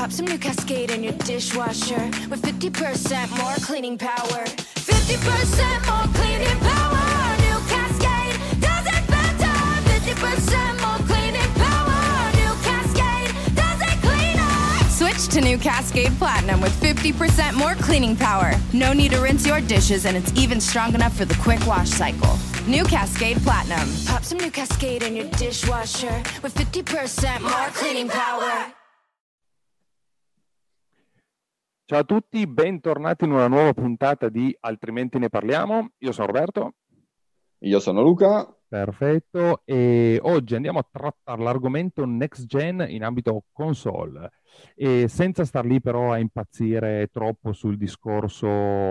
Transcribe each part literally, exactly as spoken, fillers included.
Pop some new Cascade in your dishwasher with fifty percent more cleaning power. fifty percent more cleaning power. New Cascade does it better. fifty percent more cleaning power. New Cascade does it cleaner. Switch to new Cascade Platinum with fifty percent more cleaning power. No need to rinse your dishes, and it's even strong enough for the quick wash cycle. New Cascade Platinum. Pop some new Cascade in your dishwasher with fifty percent more cleaning power. Ciao a tutti, bentornati in una nuova puntata di Altrimenti ne parliamo. Io sono Roberto. Io sono Luca. Perfetto, e oggi andiamo a trattare l'argomento next gen in ambito console, e senza star lì però a impazzire troppo sul discorso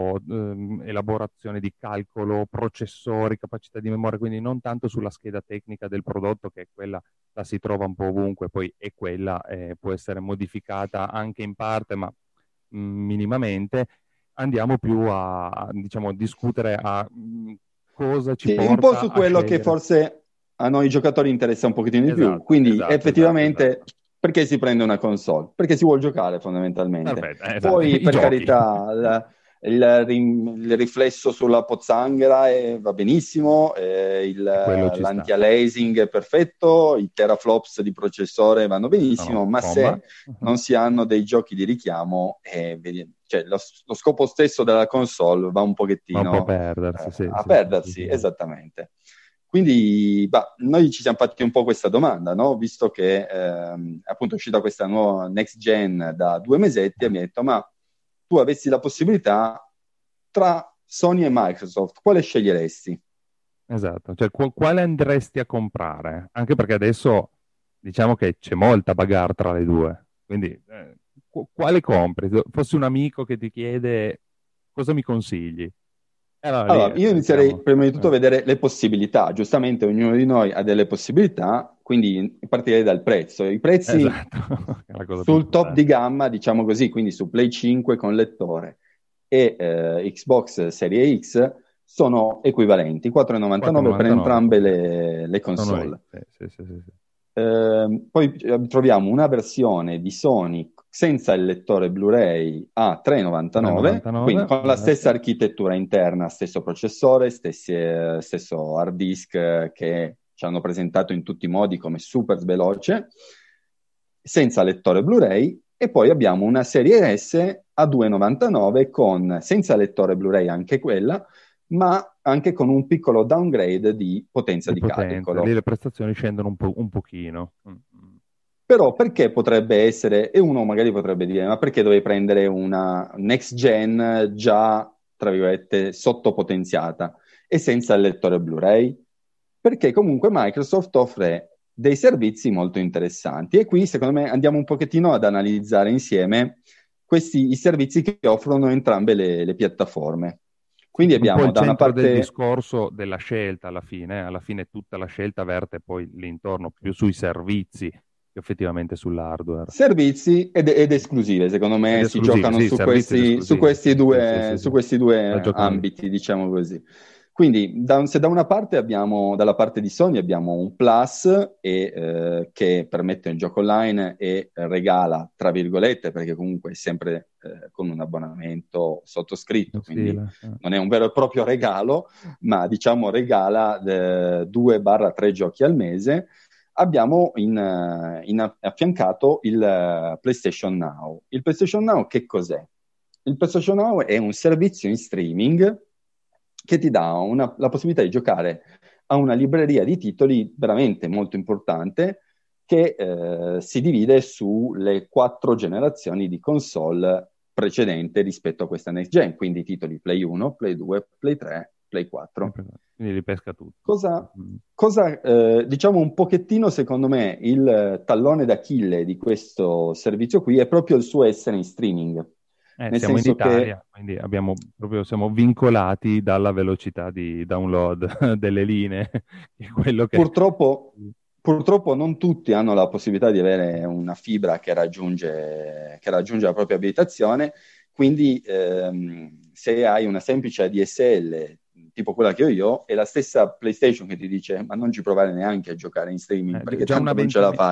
ehm, elaborazione di calcolo, processori, capacità di memoria, quindi non tanto sulla scheda tecnica del prodotto, che è quella la si trova un po' ovunque, poi è quella, eh, può essere modificata anche in parte, ma mh, minimamente. Andiamo più a, diciamo, discutere a mh, cosa ci sì, porta un po' su quello scegliere. Che forse a noi giocatori interessa un pochettino di Esatto, più. Quindi esatto, effettivamente esatto, esatto. Perché si prende una console? Perché si vuole giocare fondamentalmente. Perfetto, esatto. Poi I per giochi. carità la, il, il riflesso sulla pozzanghera eh, va benissimo, eh, il, l'anti-aliasing è perfetto, i teraflops di processore vanno benissimo, no, ma bomba. Se non si hanno dei giochi di richiamo, eh, cioè lo, lo scopo stesso della console va un pochettino va un po' a perdersi, eh, sì, a sì, perdersi, sì, sì. Esattamente. Quindi bah, noi ci siamo fatti un po' questa domanda, no? Visto che ehm, appunto è uscita questa nuova next gen da due mesetti, e mi ha detto: ma tu avessi la possibilità tra Sony e Microsoft, quale sceglieresti? Esatto, cioè qu- quale andresti a comprare? Anche perché adesso diciamo che c'è molta bagarre tra le due, quindi eh, qu- quale compri? Se fossi un amico che ti chiede cosa mi consigli? Allora, Allora, lì, io inizierei siamo... prima di tutto a eh. vedere le possibilità. Giustamente ognuno di noi ha delle possibilità, quindi partirei dal prezzo. I prezzi Esatto. È la cosa più sul top importante. di gamma, diciamo così, quindi su Play cinque con lettore e eh, Xbox Serie X sono equivalenti, quattro virgola novantanove per entrambe le, le console. Sì, sì, sì, sì, sì. Eh, poi troviamo una versione di Sony senza il lettore Blu-ray a tre virgola novantanove, quindi con la stessa architettura interna, stesso processore, stessi, eh, stesso hard disk eh, che ci hanno presentato in tutti i modi come super veloce, senza lettore Blu-ray. E poi abbiamo una serie S a due virgola novantanove con senza lettore Blu-ray anche quella, ma anche con un piccolo downgrade di potenza di, di potenza. calcolo. Lì le prestazioni scendono un, po- un pochino. Mm-hmm. Però perché potrebbe essere, e uno magari potrebbe dire, ma perché dovevi prendere una next gen già, tra virgolette, sottopotenziata e senza il lettore Blu-ray? Perché comunque Microsoft offre dei servizi molto interessanti, e qui secondo me andiamo un pochettino ad analizzare insieme questi i servizi che offrono entrambe le, le piattaforme. Quindi abbiamo un po' il da una centro parte del discorso della scelta alla fine, alla fine tutta la scelta verte poi l'intorno più sui servizi che effettivamente sull'hardware. Servizi ed, ed esclusive, secondo me ed si giocano sì, su, questi, su questi due, sì, sì, sì, su questi due ambiti, diciamo così. Quindi da, se da una parte abbiamo, dalla parte di Sony abbiamo un Plus e, eh, che permette un gioco online e regala, tra virgolette, perché comunque è sempre eh, con un abbonamento sottoscritto, quindi eh. non è un vero e proprio regalo, ma diciamo regala eh, due tre giochi al mese. Abbiamo in, in affiancato il PlayStation Now. Il PlayStation Now che cos'è? Il PlayStation Now è un servizio in streaming che ti dà una, la possibilità di giocare a una libreria di titoli veramente molto importante, che eh, si divide sulle quattro generazioni di console precedente rispetto a questa next gen, quindi titoli Play uno, Play due, Play tre, Play quattro. Quindi li pesca tutti. Cosa, cosa eh, diciamo un pochettino, secondo me, il tallone d'Achille di questo servizio qui è proprio il suo essere in streaming. Eh, Nel siamo in senso Italia, che quindi abbiamo, proprio, siamo vincolati dalla velocità di download delle linee. Che è quello che... Purtroppo, purtroppo non tutti hanno la possibilità di avere una fibra che raggiunge, che raggiunge la propria abitazione, quindi ehm, se hai una semplice A D S L tipo quella che ho io, è la stessa PlayStation che ti dice ma non ci provare neanche a giocare in streaming, eh, perché già tanto una non ce la fai.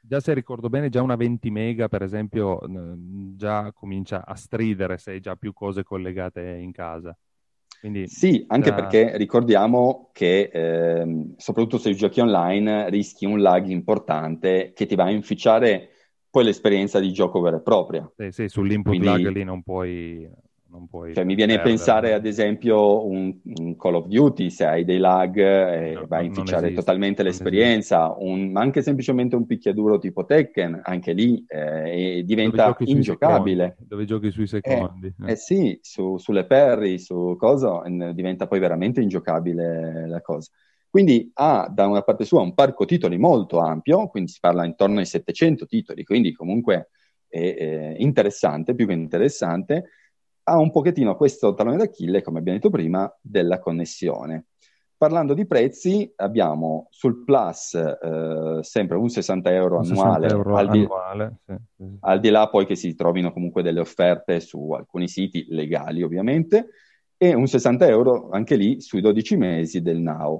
già se ricordo bene, già una venti mega, per esempio, n- già comincia a stridere se hai già più cose collegate in casa. Quindi Sì, anche già... perché ricordiamo che ehm, soprattutto se giochi online rischi un lag importante che ti va a inficiare poi l'esperienza di gioco vera e propria. Sì, sì, sull'input lag Quindi lì non puoi, non puoi cioè, mi viene a perdere. pensare ad esempio un, un Call of Duty, se hai dei lag eh, No, va a no- non inficiare esiste, totalmente non esiste. l'esperienza, un- ma anche semplicemente un picchiaduro tipo Tekken, anche lì eh, Dove diventa giochi sui secondi, ingiocabile. dove giochi sui Eh, secondi. eh. eh sì, su- sulle Perry, su cosa, eh, diventa poi veramente ingiocabile la cosa. Quindi ha da una parte sua un parco titoli molto ampio, quindi si parla intorno ai settecento titoli, quindi comunque è, è interessante, più che interessante. Ha un pochettino questo tallone d'Achille, come abbiamo detto prima, della connessione. Parlando di prezzi, abbiamo sul Plus eh, sempre un sessanta euro Un sessanta annuale, euro al di, annuale, sì, sì, sì. al di là poi che si trovino comunque delle offerte su alcuni siti legali ovviamente, e un sessanta euro anche lì sui dodici mesi del Now.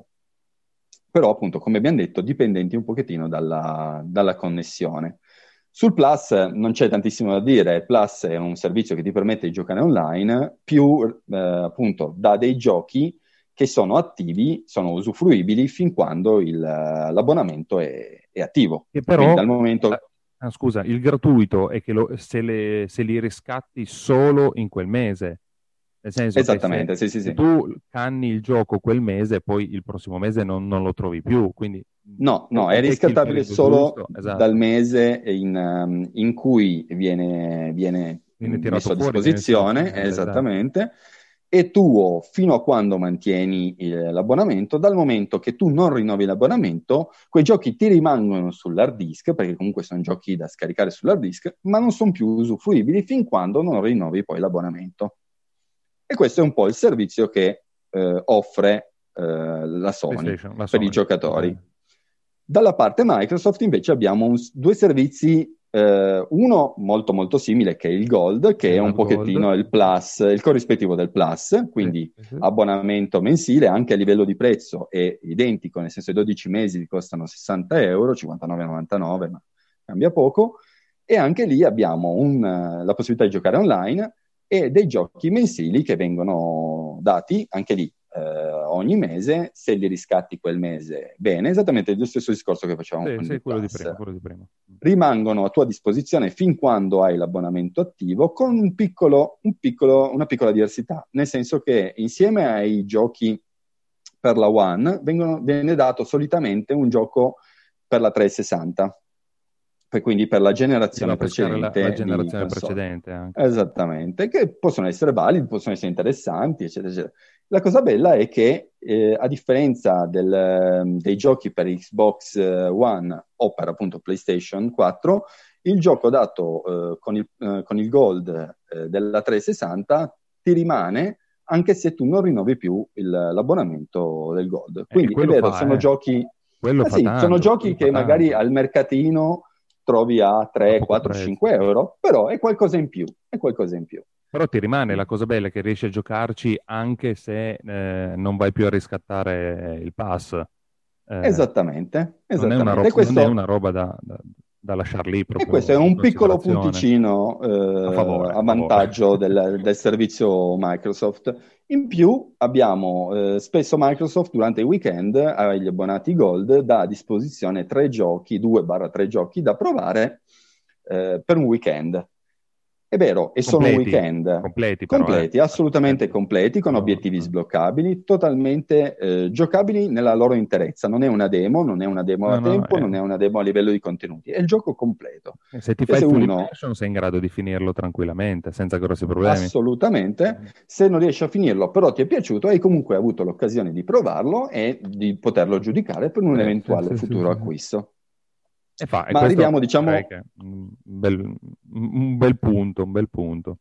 Però appunto, come abbiamo detto, dipendenti un pochettino dalla, dalla connessione. Sul Plus non c'è tantissimo da dire, Plus è un servizio che ti permette di giocare online, più eh, appunto dà dei giochi che sono attivi, sono usufruibili fin quando il- l'abbonamento è, è attivo. Che Quindi però, dal eh, momento... ah, scusa, il gratuito è che lo- se, le- se li riscatti solo in quel mese. Nel senso che se, Esattamente, sì, sì, se sì. tu canni il gioco quel mese, poi il prossimo mese non, non lo trovi più. Quindi No, o, no, o è becchi il riscattabile periodo solo giusto, dal esatto, mese in, um, in cui viene, viene viene tirato messo a fuori, viene disposizione, selezionato, esatto. esattamente, e tuo fino a quando mantieni il- l'abbonamento. Dal momento che tu non rinnovi l'abbonamento, quei giochi ti rimangono sull'hard disk, perché comunque sono giochi da scaricare sull'hard disk, ma non sono più usufruibili fin quando non rinnovi poi l'abbonamento. E questo è un po' il servizio che eh, offre eh, la Sony PlayStation, la per i Sony. giocatori. Ok. Dalla parte Microsoft invece abbiamo un- due servizi, eh, uno molto molto simile che è il Gold, che è un Il Gold. pochettino il Plus, il corrispettivo del Plus, Sì, quindi sì, sì. abbonamento mensile, anche a livello di prezzo è identico, nel senso i dodici mesi costano sessanta euro, cinquantanove virgola novantanove, ma cambia poco, e anche lì abbiamo un, eh, la possibilità di giocare online e dei giochi mensili che vengono dati anche lì eh, ogni mese, se li riscatti quel mese bene, esattamente lo stesso discorso che facevamo Sì, con sì, il quello di Plus. prima, quello di prima. Rimangono a tua disposizione fin quando hai l'abbonamento attivo, con un piccolo, un piccolo, una piccola diversità, nel senso che insieme ai giochi per la One vengono, viene dato solitamente un gioco per la trecentosessanta, e quindi per la Quindi va generazione a pescare la, la precedente di generazione console. precedente anche. Esattamente, che possono essere validi, possono essere interessanti, eccetera, eccetera. La cosa bella è che, eh, a differenza del, dei giochi per Xbox One o per appunto PlayStation quattro, il gioco dato eh, con, il, eh, con il Gold eh, della trecentosessanta ti rimane anche se tu non rinnovi più il, l'abbonamento del Gold. E, e Quindi è quello vero, fa, sono eh. giochi, Quello eh fa sì, sono tanto, quello giochi fa che magari tanto. al mercatino trovi a A tre, poco quattro, prezzo. cinque euro, però è qualcosa in più, è qualcosa in più. Però ti rimane la cosa bella che riesci a giocarci anche se eh, non vai più a riscattare il pass. Eh, Esattamente, non è una, esattamente. ro- E non è una questo, roba da, da, da lasciar lì e questo è proprio in un piccolo considerazione. punticino A eh, favore, a a favore. vantaggio del, del servizio Microsoft. In più abbiamo eh, spesso Microsoft durante i weekend agli abbonati Gold dà a disposizione tre giochi, due barra tre giochi da provare eh, per un weekend. È vero, e sono Completi, weekend completi però, eh. completi, assolutamente Attenti. completi, con Quello- obiettivi eh. sbloccabili, totalmente eh, giocabili nella loro interezza. Non è una demo, non è una demo No, a no, tempo, eh. non è una demo a livello di contenuti, è il gioco completo. Se ti Che fai se full uno immersion sei in grado di finirlo tranquillamente, senza grossi problemi. assolutamente, se non riesci a finirlo, però ti è piaciuto, hai comunque avuto l'occasione di provarlo e di poterlo giudicare per un Sì, sì, eventuale sì, sì, futuro sì, sì. acquisto. E fa, e Ma questo arriviamo, direi diciamo, che è un bel, un bel punto, un bel punto.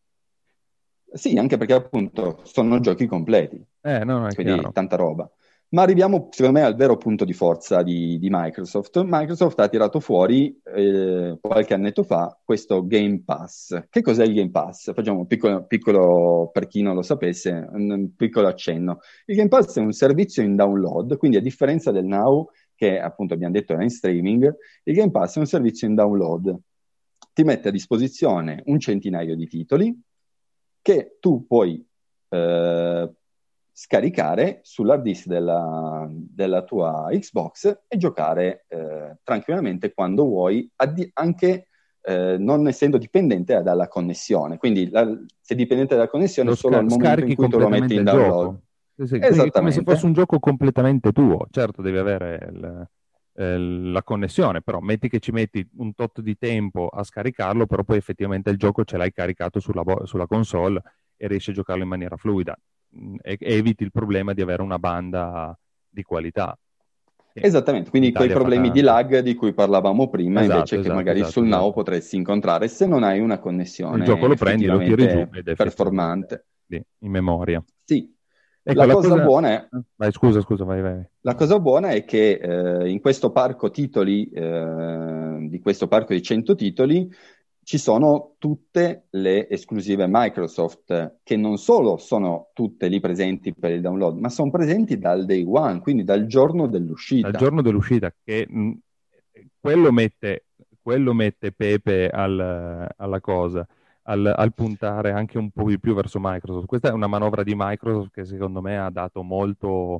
sì, anche perché appunto sono giochi completi, Eh, no, no, è quindi chiaro. tanta roba. Ma arriviamo, secondo me, al vero punto di forza di, di Microsoft. Microsoft ha tirato fuori eh, qualche annetto fa questo Game Pass. Che cos'è il Game Pass? Facciamo un piccolo, piccolo, per chi non lo sapesse, un piccolo accenno. Il Game Pass è un servizio in download, quindi a differenza del Now, che appunto abbiamo detto era in streaming, il Game Pass è un servizio in download. Ti mette a disposizione un centinaio di titoli che tu puoi eh, scaricare sull'hard disk della, della tua Xbox e giocare eh, tranquillamente quando vuoi, addi- anche eh, non essendo dipendente dalla connessione. Quindi la, se dipendente dalla connessione Lo solo sca- al momento in scarichi cui tu lo metti completamente in il download. gioco. Sì, sì, quindi è come se Esattamente. fosse un gioco completamente tuo. Certo, devi avere il- eh, la connessione, però metti che ci metti un tot di tempo a scaricarlo, però poi effettivamente il gioco ce l'hai caricato sulla, vo- sulla console e riesci a giocarlo in maniera fluida. Mm, E, e eviti il problema di avere una banda di qualità. Che Esattamente, in quindi quei Italia fa problemi di tanto. lag di cui parlavamo prima, Esatto, invece che esatto, magari esatto, sul Now esatto. potresti incontrare se non hai una Il gioco connessione lo prendi, lo tiri giù effettivamente ed è effettivamente performante. lì, in memoria. Sì, Ecco, la la cosa cosa... buona è, Vai, scusa, scusa, vai, vai. la cosa buona è che eh, in questo parco titoli, eh, di questo parco di cento titoli, ci sono tutte le esclusive Microsoft, che non solo sono tutte lì presenti per il download, ma sono presenti dal day one, quindi dal giorno Dal dell'uscita. giorno dell'uscita, che mh, quello mette, quello mette pepe al- alla cosa, al, al puntare anche un po' di più verso Microsoft. Questa è una manovra di Microsoft che secondo me ha dato molto,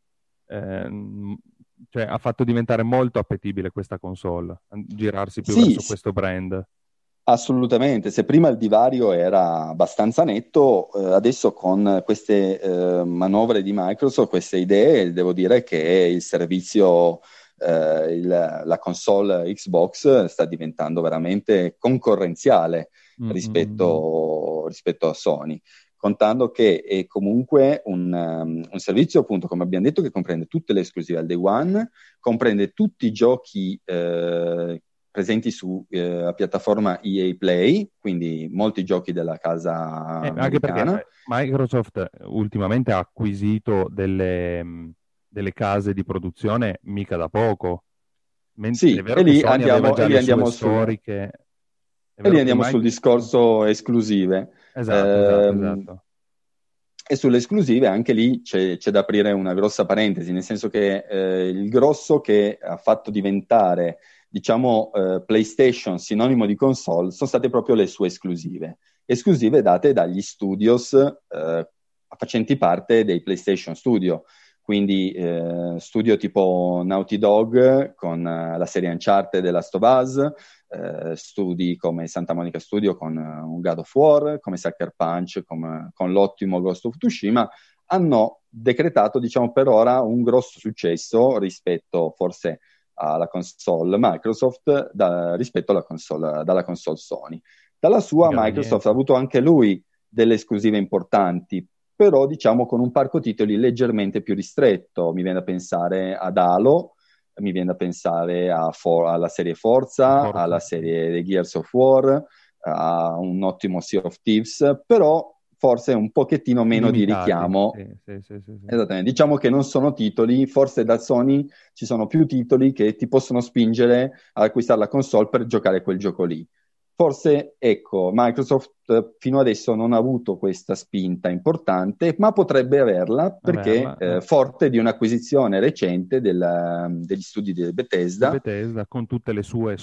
ehm, cioè ha fatto diventare molto appetibile questa console, girarsi più Sì, verso sì, questo brand. assolutamente. Se prima il divario era abbastanza netto, eh, adesso con queste eh, manovre di Microsoft, queste idee, devo dire che il servizio, eh, il- la console Xbox sta diventando veramente concorrenziale Mm, mm, mm, mm. rispetto, rispetto a Sony. Contando che è comunque un, um, un servizio, appunto, come abbiamo detto, che comprende tutte le esclusive al day one, comprende tutti i giochi eh, presenti sulla eh, piattaforma E A Play, quindi molti giochi della casa Eh, anche perché americana. eh, Microsoft eh, ultimamente ha acquisito delle, mh, delle case di produzione mica da poco. Men- è Sì, vero e che lì Sony aveva andiamo, e già lì le sue andiamo sul, storiche, è e lì vero che andiamo sul Mike... discorso esclusive. Esatto, esatto, Ehm, esatto. E sulle esclusive anche lì c'è, c'è da aprire una grossa parentesi, nel senso che eh, il grosso che ha fatto diventare, diciamo, eh, PlayStation sinonimo di console sono state proprio le sue esclusive. Esclusive date dagli studios eh, facenti parte dei PlayStation Studio, quindi eh, studio tipo Naughty Dog con eh, la serie Uncharted della Last of Us, eh, studi come Santa Monica Studio con uh, un God of War, come Sucker Punch, come, con l'ottimo Ghost of Tsushima, hanno decretato, diciamo, per ora un grosso successo rispetto forse alla console Microsoft da, rispetto alla console, dalla console Sony. Dalla sua Mica da Microsoft ha niente. avuto anche lui delle esclusive importanti, però diciamo con un parco titoli leggermente più ristretto. Mi viene da pensare ad Halo, mi viene da pensare a For- alla serie Forza, Forza. alla serie dei Gears of War, a un ottimo Sea of Thieves, però forse un pochettino meno di Limitati. richiamo. Sì, sì, sì, sì, sì. Esattamente, diciamo che non sono titoli, forse da Sony ci sono più titoli che ti possono spingere ad acquistare la console per giocare quel gioco lì. Forse, ecco, Microsoft eh, fino adesso non ha avuto questa spinta importante, ma potrebbe averla perché Averla. eh, eh. forte di un'acquisizione recente della- degli studi di Di Bethesda, Bethesda con tutte le sue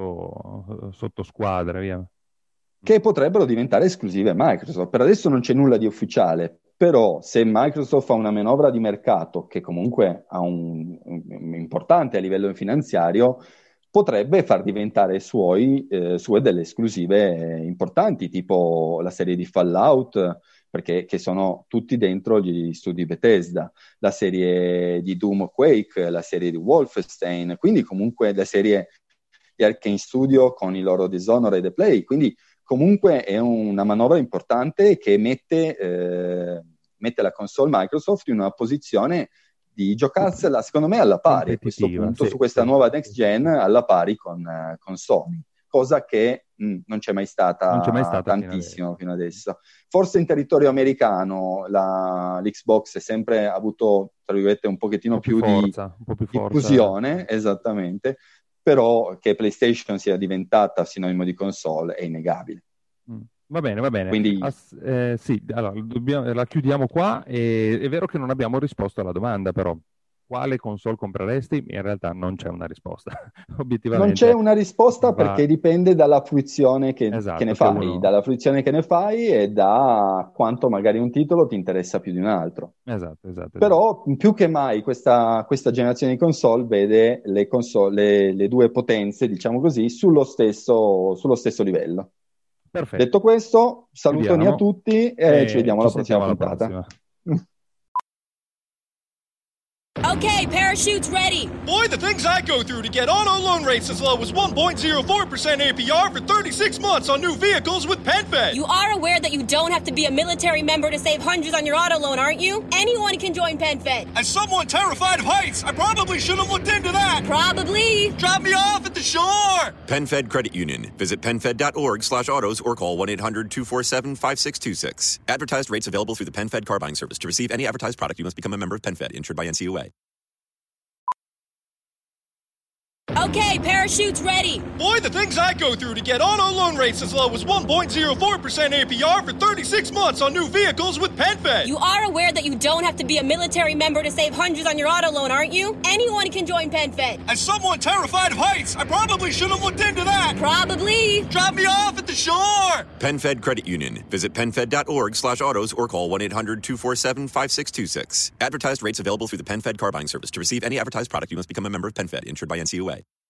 sotto, sottosquadre, via. che potrebbero diventare esclusive Microsoft. Per adesso non c'è nulla di ufficiale, però se Microsoft fa una manovra di mercato che comunque ha un, un importante a livello finanziario, potrebbe far diventare suoi, eh, sue delle esclusive eh, importanti, tipo la serie di Fallout, perché che sono tutti dentro gli studi Bethesda, la serie di Doom Quake, la serie di Wolfenstein, quindi comunque la serie di Arkane Studio con i loro Dishonored e The Play, quindi comunque è una manovra importante che mette, eh, mette la console Microsoft in una posizione di giocarsela, secondo me, alla pari a questo Competitiva, punto, sì, su questa sì, nuova sì, next sì, gen, sì. alla pari con, eh, con Sony, cosa che mh, non c'è mai Non c'è mai stata stata fino tantissimo adesso. fino adesso. Forse in territorio americano la, l'Xbox ha sempre avuto, tra virgolette, un Un pochettino po' più più di forza, un po' più forza. diffusione, esattamente, però che PlayStation sia diventata sinonimo di console è innegabile. Mm. Va bene, va bene. Quindi Ass- eh, sì, allora, dobbiamo- la chiudiamo qua. E, è vero che non abbiamo risposto alla domanda, però. quale console compreresti? In realtà non c'è una risposta, obiettivamente. Non c'è una risposta va... perché dipende dalla fruizione che, esatto, che ne fai, che uno... dalla fruizione che ne fai e da quanto magari un titolo ti interessa più di un altro. Esatto, esatto. Però esatto. Più che mai questa, questa generazione di console vede le, console, le, le due potenze, diciamo così, sullo stesso, sullo stesso livello. Perfetto. Detto questo, salutoni a tutti e eh, ci vediamo ci alla prossima alla puntata. Prossima. Okay, parachutes ready. Boy, the things I go through to get auto loan rates as low as one point zero four percent A P R for thirty-six months on new vehicles with PenFed. You are aware that you don't have to be a military member to save hundreds on your auto loan, aren't you? Anyone can join PenFed. As someone terrified of heights, I probably should have looked into that. Probably. Drop me off at the shore. PenFed Credit Union. Visit penfed.org slash autos or call one eight hundred two four seven five six two six. Advertised rates available through the PenFed car buying service. To receive any advertised product, you must become a member of PenFed, insured by N C U A. Okay, parachutes ready. Boy, the things I go through to get auto loan rates as low as one point zero four percent A P R for thirty-six months on new vehicles with PenFed. You are aware that you don't have to be a military member to save hundreds on your auto loan, aren't you? Anyone can join PenFed. As someone terrified of heights, I probably should have looked into that. Probably. Drop me off at the shore. PenFed Credit Union. Visit penfed.org slash autos or call one eight hundred two four seven five six two six. Advertised rates available through the PenFed car buying service. To receive any advertised product, you must become a member of PenFed, insured by N C U A.